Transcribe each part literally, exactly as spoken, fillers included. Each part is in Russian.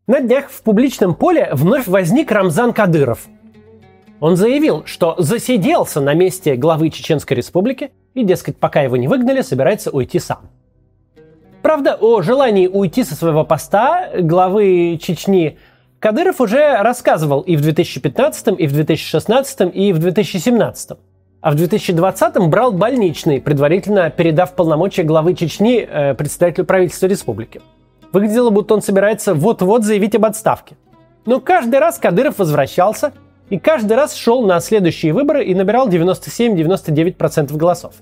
На днях в публичном поле вновь возник Рамзан Кадыров. Он заявил, что засиделся на месте главы Чеченской Республики и, дескать, пока его не выгнали, собирается уйти сам. Правда, о желании уйти со своего поста главы Чечни Кадыров уже рассказывал и в две тысячи пятнадцатом, и в две тысячи шестнадцатом, и в две тысячи семнадцатом. А в две тысячи двадцатом брал больничный, предварительно передав полномочия главы Чечни э, представителю правительства республики. Выглядело, будто он собирается вот-вот заявить об отставке. Но каждый раз Кадыров возвращался и каждый раз шел на следующие выборы и набирал девяносто семь - девяносто девять процентов голосов.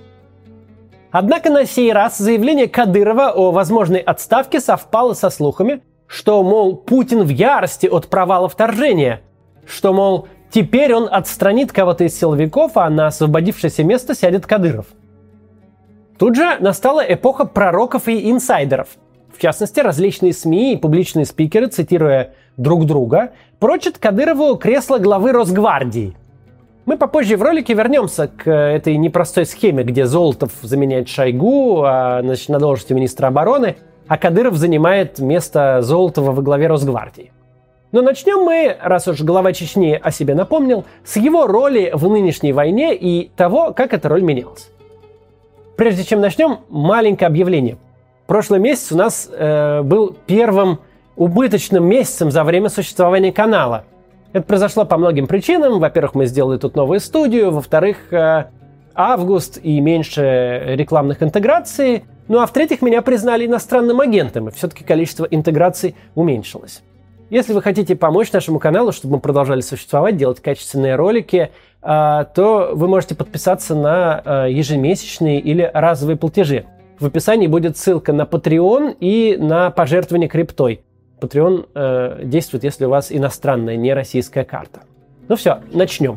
Однако на сей раз заявление Кадырова о возможной отставке совпало со слухами, что, мол, Путин в ярости от провала вторжения, что, мол, теперь он отстранит кого-то из силовиков, а на освободившееся место сядет Кадыров. Тут же настала эпоха пророков и инсайдеров. В частности, различные СМИ и публичные спикеры, цитируя друг друга, прочат Кадырову кресло главы Росгвардии. Мы попозже в ролике вернемся к этой непростой схеме, где Золотов заменяет Шойгу, а, значит, на должности министра обороны, а Кадыров занимает место Золотова во главе Росгвардии. Но начнем мы, раз уж глава Чечни о себе напомнил, с его роли в нынешней войне и того, как эта роль менялась. Прежде чем начнем, маленькое объявление. Прошлый месяц у нас э, был первым убыточным месяцем за время существования канала. Это произошло по многим причинам. Во-первых, мы сделали тут новую студию. Во-вторых, э, август и меньше рекламных интеграций. Ну а в-третьих, меня признали иностранным агентом, и все-таки количество интеграций уменьшилось. Если вы хотите помочь нашему каналу, чтобы мы продолжали существовать, делать качественные ролики, э, то вы можете подписаться на э, ежемесячные или разовые платежи. В описании будет ссылка на Patreon и на пожертвование криптой. Patreon э, действует, если у вас иностранная, не российская карта. Ну все, начнем.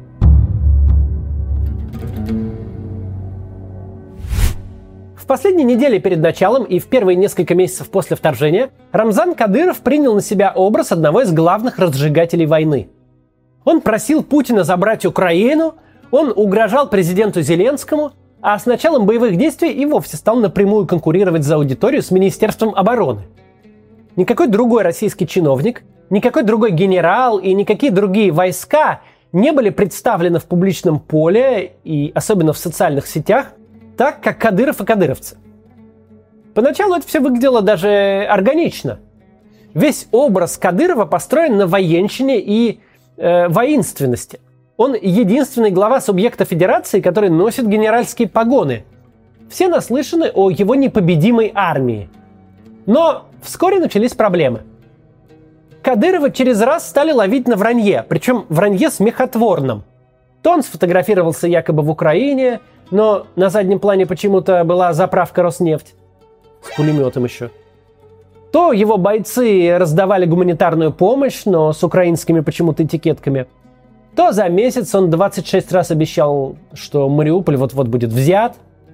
В последние недели перед началом и в первые несколько месяцев после вторжения Рамзан Кадыров принял на себя образ одного из главных разжигателей войны. Он просил Путина забрать Украину, он угрожал президенту Зеленскому, а с началом боевых действий и вовсе стал напрямую конкурировать за аудиторию с Министерством обороны. Никакой другой российский чиновник, никакой другой генерал и никакие другие войска не были представлены в публичном поле и особенно в социальных сетях так, как Кадыров и кадыровцы. Поначалу это все выглядело даже органично. Весь образ Кадырова построен на военщине и э, воинственности. Он единственный глава субъекта федерации, который носит генеральские погоны. Все наслышаны о его непобедимой армии. Но вскоре начались проблемы. Кадырова через раз стали ловить на вранье, причем вранье смехотворном. То он сфотографировался якобы в Украине, но на заднем плане почему-то была заправка Роснефть. С пулеметом еще. То его бойцы раздавали гуманитарную помощь, но с украинскими почему-то этикетками. То за месяц он двадцать шесть раз обещал, что Мариуполь вот-вот будет взят.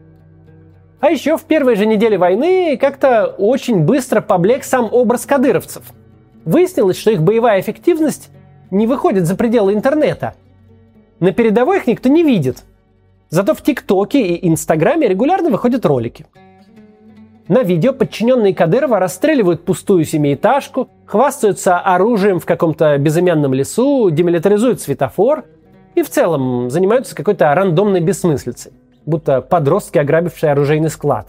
А еще в первой же неделе войны как-то очень быстро поблек сам образ кадыровцев. Выяснилось, что их боевая эффективность не выходит за пределы интернета. На передовой их никто не видит. Зато в ТикТоке и Инстаграме регулярно выходят ролики. На видео подчиненные Кадырова расстреливают пустую семиэтажку, хвастаются оружием в каком-то безымянном лесу, демилитаризуют светофор и в целом занимаются какой-то рандомной бессмыслицей, будто подростки, ограбившие оружейный склад.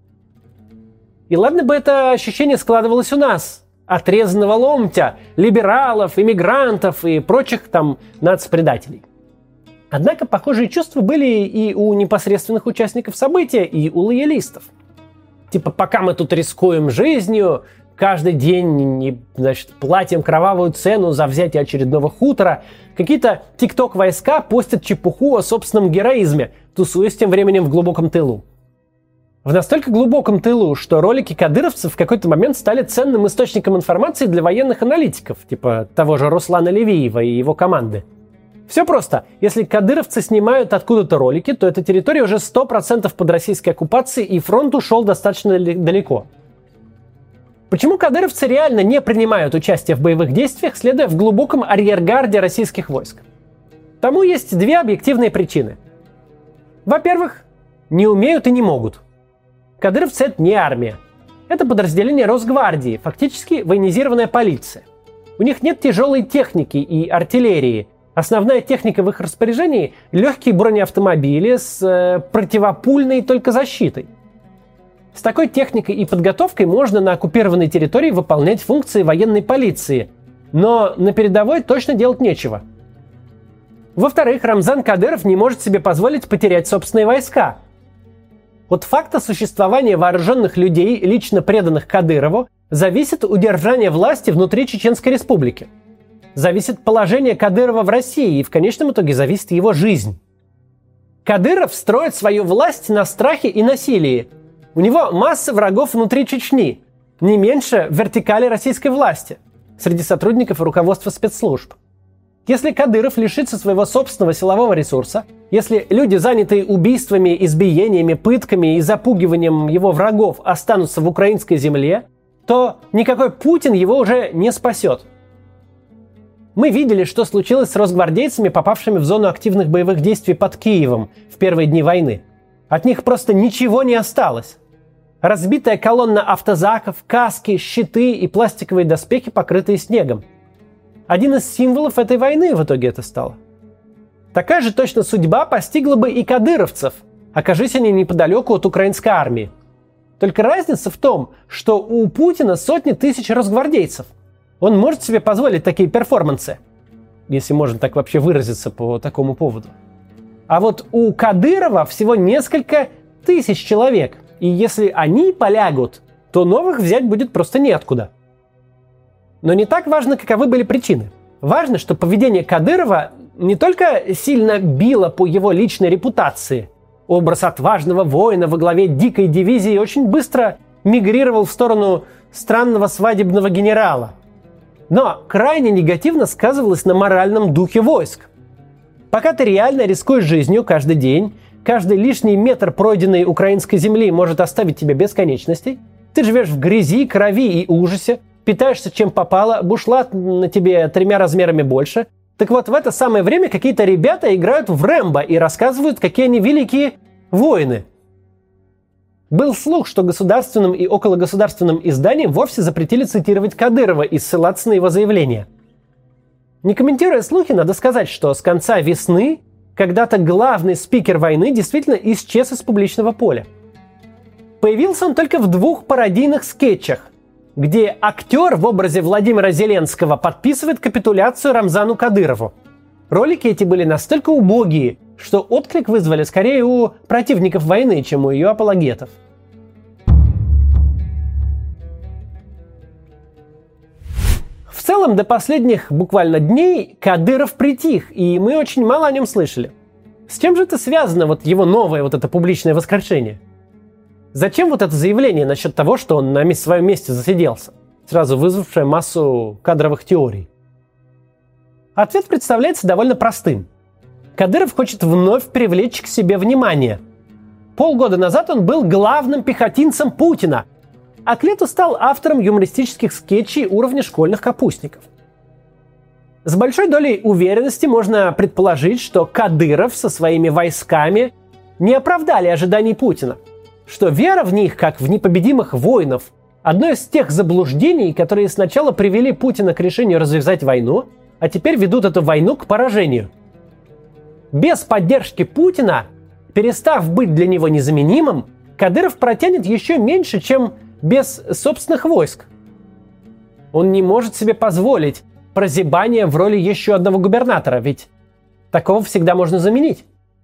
И ладно бы это ощущение складывалось у нас, отрезанного ломтя, либералов, иммигрантов и прочих там нацпредателей. Однако похожие чувства были и у непосредственных участников события, и у лоялистов. Типа, пока мы тут рискуем жизнью, каждый день, значит, платим кровавую цену за взятие очередного хутора, какие-то тикток-войска постят чепуху о собственном героизме, тусуясь тем временем в глубоком тылу. В настолько глубоком тылу, что ролики кадыровцев в какой-то момент стали ценным источником информации для военных аналитиков, типа того же Руслана Левиева и его команды. Все просто. Если кадыровцы снимают откуда-то ролики, то эта территория уже сто процентов под российской оккупацией, и фронт ушел достаточно далеко. Почему кадыровцы реально не принимают участие в боевых действиях, следуя в глубоком арьергарде российских войск? Тому есть две объективные причины. Во-первых, не умеют и не могут. Кадыровцы — это не армия. Это подразделение Росгвардии, фактически военизированная полиция. У них нет тяжелой техники и артиллерии. Основная техника в их распоряжении – легкие бронеавтомобили с э, противопульной только защитой. С такой техникой и подготовкой можно на оккупированной территории выполнять функции военной полиции, но на передовой точно делать нечего. Во-вторых, Рамзан Кадыров не может себе позволить потерять собственные войска. От факта существования вооруженных людей, лично преданных Кадырову, зависит удержание власти внутри Чеченской Республики. Зависит положение Кадырова в России и в конечном итоге зависит его жизнь. Кадыров строит свою власть на страхе и насилии. У него масса врагов внутри Чечни, не меньше в вертикали российской власти, среди сотрудников и руководства спецслужб. Если Кадыров лишится своего собственного силового ресурса, если люди, занятые убийствами, избиениями, пытками и запугиванием его врагов, останутся в украинской земле, то никакой Путин его уже не спасет. Мы видели, что случилось с росгвардейцами, попавшими в зону активных боевых действий под Киевом в первые дни войны. От них просто ничего не осталось. Разбитая колонна автозаков, каски, щиты и пластиковые доспехи, покрытые снегом. Один из символов этой войны в итоге это стало. Такая же точно судьба постигла бы и кадыровцев, окажись они неподалеку от украинской армии. Только разница в том, что у Путина сотни тысяч росгвардейцев. Он может себе позволить такие перформансы, если можно так вообще выразиться по такому поводу. А вот у Кадырова всего несколько тысяч человек, и если они полягут, то новых взять будет просто неоткуда. Но не так важно, каковы были причины. Важно, что поведение Кадырова не только сильно било по его личной репутации. Образ отважного воина во главе дикой дивизии очень быстро мигрировал в сторону странного свадебного генерала. Но крайне негативно сказывалось на моральном духе войск. Пока ты реально рискуешь жизнью каждый день, каждый лишний метр пройденной украинской земли может оставить тебя без конечностей, ты живешь в грязи, крови и ужасе, питаешься чем попало, бушлат на тебе тремя размерами больше. Так вот, в это самое время какие-то ребята играют в Рэмбо и рассказывают, какие они великие воины. Был слух, что государственным и окологосударственным изданиям вовсе запретили цитировать Кадырова и ссылаться на его заявления. Не комментируя слухи, надо сказать, что с конца весны когда-то главный спикер войны действительно исчез из публичного поля. Появился он только в двух пародийных скетчах, где актер в образе Владимира Зеленского подписывает капитуляцию Рамзану Кадырову. Ролики эти были настолько убогие, что отклик вызвали скорее у противников войны, чем у ее апологетов. В целом, до последних буквально дней Кадыров притих, и мы очень мало о нем слышали. С чем же это связано, вот его новое вот это публичное воскрешение? Зачем вот это заявление насчет того, что он на своем месте засиделся, сразу вызвавшее массу кадровых теорий? Ответ представляется довольно простым. Кадыров хочет вновь привлечь к себе внимание. Полгода назад он был главным пехотинцем Путина, а к лету стал автором юмористических скетчей уровня школьных капустников. С большой долей уверенности можно предположить, что Кадыров со своими войсками не оправдали ожиданий Путина, что вера в них, как в непобедимых воинов, одно из тех заблуждений, которые сначала привели Путина к решению развязать войну, а теперь ведут эту войну к поражению. Без поддержки Путина, перестав быть для него незаменимым, Кадыров протянет еще меньше, чем без собственных войск. Он не может себе позволить прозябание в роли еще одного губернатора, ведь такого всегда можно заменить.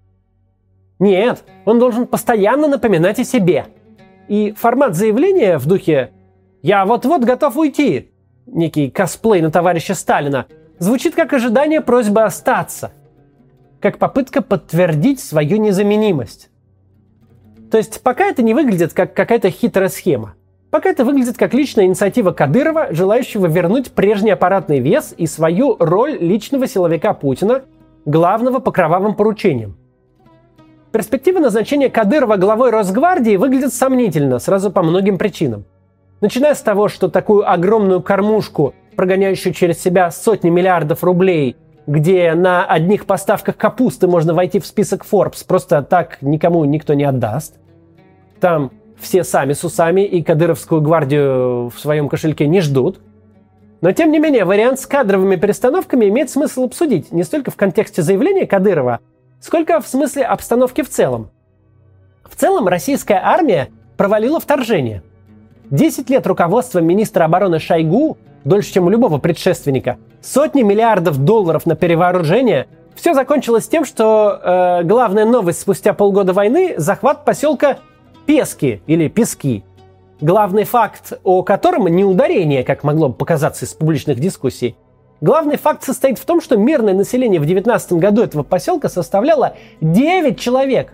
Нет, он должен постоянно напоминать о себе. И формат заявления в духе «я вот-вот готов уйти», некий косплей на товарища Сталина, звучит как ожидание просьбы остаться, как попытка подтвердить свою незаменимость. То есть пока это не выглядит как какая-то хитрая схема. Пока это выглядит как личная инициатива Кадырова, желающего вернуть прежний аппаратный вес и свою роль личного силовика Путина, главного по кровавым поручениям. Перспектива назначения Кадырова главой Росгвардии выглядит сомнительно, сразу по многим причинам. Начиная с того, что такую огромную кормушку, прогоняющую через себя сотни миллиардов рублей, где на одних поставках капусты можно войти в список Forbes, просто так никому никто не отдаст. Там все сами с усами и кадыровскую гвардию в своем кошельке не ждут. Но, тем не менее, вариант с кадровыми перестановками имеет смысл обсудить не столько в контексте заявления Кадырова, сколько в смысле обстановки в целом. В целом, российская армия провалила вторжение. Десять лет руководства министра обороны Шойгу, дольше, чем у любого предшественника, сотни миллиардов долларов на перевооружение, все закончилось тем, что э, главная новость спустя полгода войны – захват поселка Пески или Пески. Главный факт, о котором не ударение, как могло бы показаться из публичных дискуссий. Главный факт состоит в том, что мирное население в девятнадцатом году этого поселка составляло девять человек.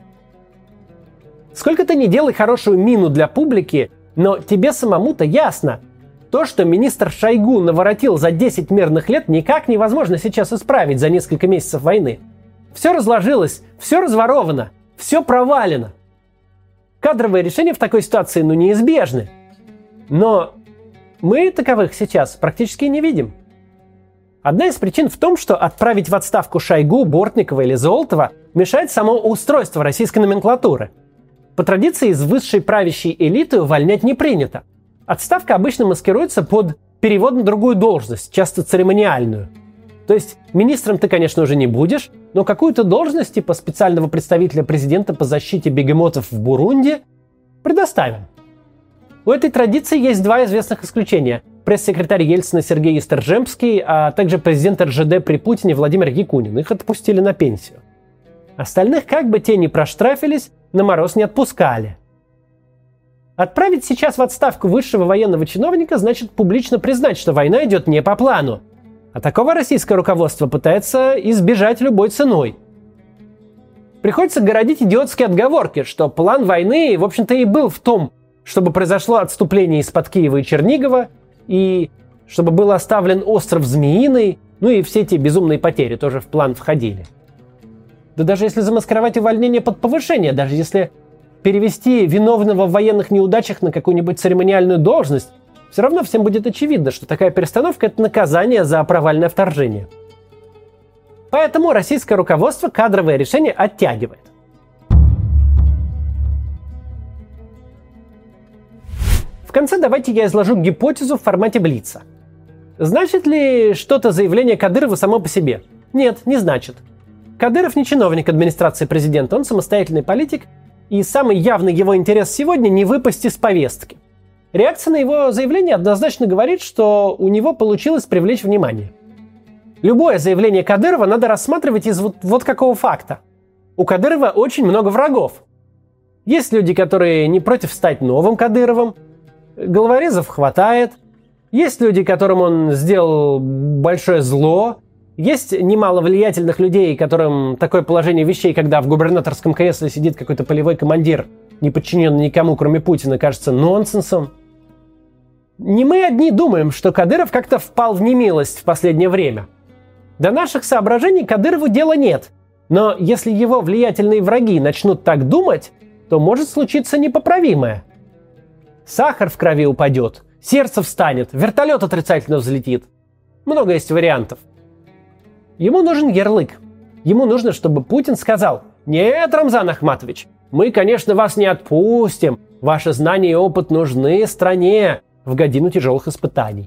Сколько ты ни делай хорошую мину для публики, но тебе самому-то ясно. То, что министр Шойгу наворотил за десять мирных лет, никак невозможно сейчас исправить за несколько месяцев войны. Все разложилось, все разворовано, все провалено. Кадровые решения в такой ситуации, ну, неизбежны. Но мы таковых сейчас практически не видим. Одна из причин в том, что отправить в отставку Шойгу, Бортникова или Золотова мешает само устройство российской номенклатуры. По традиции из высшей правящей элиты увольнять не принято. Отставка обычно маскируется под перевод на другую должность, часто церемониальную. То есть министром ты, конечно, уже не будешь, но какую-то должность типа специального представителя президента по защите бегемотов в Бурунди предоставим. У этой традиции есть два известных исключения. Пресс-секретарь Ельцина Сергей Истержемский, а также президент эр жэ дэ при Путине Владимир Якунин. Их отпустили на пенсию. Остальных, как бы те ни проштрафились, на мороз не отпускали. Отправить сейчас в отставку высшего военного чиновника значит публично признать, что война идет не по плану. А такого российское руководство пытается избежать любой ценой. Приходится городить идиотские отговорки, что план войны, в общем-то, и был в том, чтобы произошло отступление из-под Киева и Чернигова, и чтобы был оставлен остров Змеиный, ну и все эти безумные потери тоже в план входили. Да даже если замаскировать увольнение под повышение, даже если перевести виновного в военных неудачах на какую-нибудь церемониальную должность, все равно всем будет очевидно, что такая перестановка – это наказание за провальное вторжение. Поэтому российское руководство кадровое решение оттягивает. В конце давайте я изложу гипотезу в формате блица. Значит ли что-то заявление Кадырова само по себе? Нет, не значит. Кадыров не чиновник администрации президента, он самостоятельный политик, и самый явный его интерес сегодня – не выпасть из повестки. Реакция на его заявление однозначно говорит, что у него получилось привлечь внимание. Любое заявление Кадырова надо рассматривать из вот, вот какого факта. У Кадырова очень много врагов. Есть люди, которые не против стать новым Кадыровым, головорезов хватает, есть люди, которым он сделал большое зло, есть немало влиятельных людей, которым такое положение вещей, когда в губернаторском кресле сидит какой-то полевой командир, не подчиненный никому, кроме Путина, кажется нонсенсом. Не мы одни думаем, что Кадыров как-то впал в немилость в последнее время. До наших соображений Кадырову дела нет. Но если его влиятельные враги начнут так думать, то может случиться непоправимое. Сахар в крови упадет, сердце встанет, вертолет отрицательно взлетит. Много есть вариантов. Ему нужен ярлык. Ему нужно, чтобы Путин сказал: «Нет, Рамзан Ахматович, мы, конечно, вас не отпустим. Ваши знания и опыт нужны стране в годину тяжелых испытаний».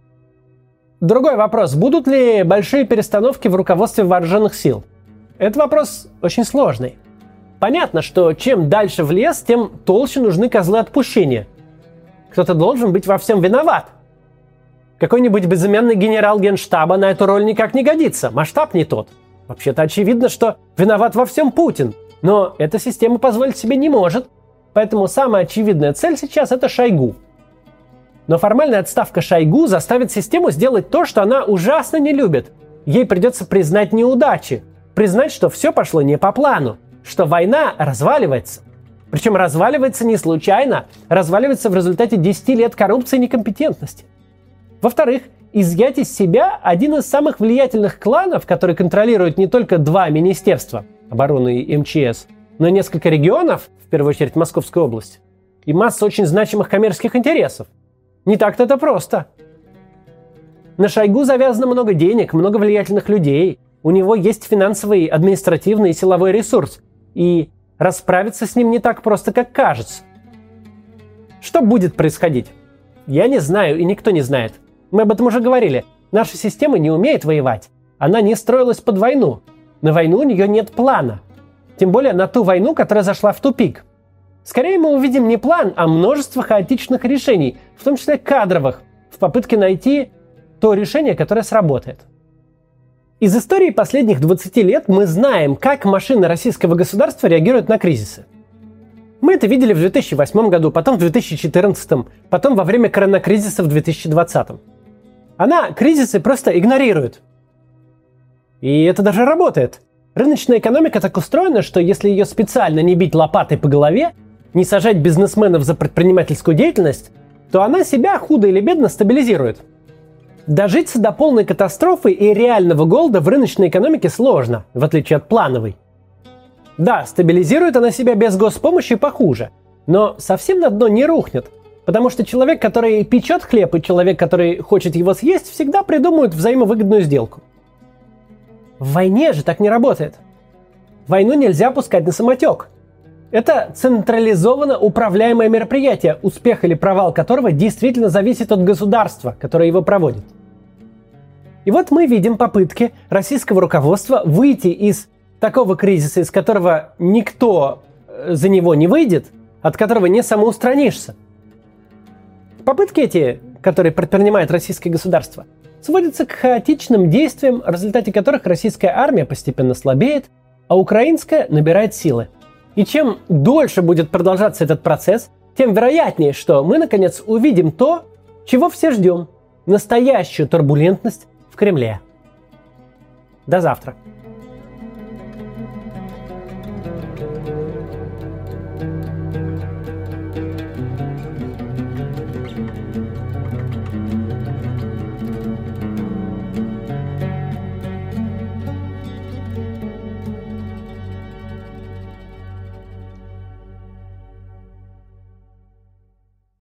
Другой вопрос. Будут ли большие перестановки в руководстве вооруженных сил? Это вопрос очень сложный. Понятно, что чем дальше в лес, тем толще нужны козлы отпущения. Кто-то должен быть во всем виноват. Какой-нибудь безымянный генерал Генштаба на эту роль никак не годится. Масштаб не тот. Вообще-то очевидно, что виноват во всем Путин. Но эта система позволить себе не может. Поэтому самая очевидная цель сейчас – это Шойгу. Но формальная отставка Шойгу заставит систему сделать то, что она ужасно не любит. Ей придется признать неудачи. Признать, что все пошло не по плану. Что война разваливается. Причем разваливается не случайно. Разваливается в результате десяти лет коррупции и некомпетентности. Во-вторых, изъять из себя один из самых влиятельных кланов, который контролирует не только два министерства – обороны и эм че эс, но и несколько регионов, в первую очередь Московская область, и масса очень значимых коммерческих интересов. Не так-то это просто. На Шойгу завязано много денег, много влиятельных людей. У него есть финансовый, административный и силовой ресурс. И расправиться с ним не так просто, как кажется. Что будет происходить? Я не знаю, и никто не знает. Мы об этом уже говорили. Наша система не умеет воевать. Она не строилась под войну. На войну у нее нет плана. Тем более на ту войну, которая зашла в тупик. Скорее мы увидим не план, а множество хаотичных решений, в том числе кадровых, в попытке найти то решение, которое сработает. Из истории последних двадцати лет мы знаем, как машины российского государства реагируют на кризисы. Мы это видели в две тысячи восьмом году, потом в две тысячи четырнадцатом, потом во время коронакризиса в две тысячи двадцатом. Она кризисы просто игнорирует. И это даже работает. Рыночная экономика так устроена, что если ее специально не бить лопатой по голове, не сажать бизнесменов за предпринимательскую деятельность, то она себя худо или бедно стабилизирует. Дожиться до полной катастрофы и реального голода в рыночной экономике сложно, в отличие от плановой. Да, стабилизирует она себя без госпомощи похуже, но совсем на дно не рухнет, потому что человек, который печет хлеб, и человек, который хочет его съесть, всегда придумают взаимовыгодную сделку. В войне же так не работает. Войну нельзя пускать на самотек. Это централизованно управляемое мероприятие, успех или провал которого действительно зависит от государства, которое его проводит. И вот мы видим попытки российского руководства выйти из такого кризиса, из которого никто за него не выйдет, от которого не самоустранишься. Попытки эти, которые предпринимает российское государство, сводятся к хаотичным действиям, в результате которых российская армия постепенно слабеет, а украинская набирает силы. И чем дольше будет продолжаться этот процесс, тем вероятнее, что мы наконец увидим то, чего все ждем – настоящую турбулентность в Кремле. До завтра.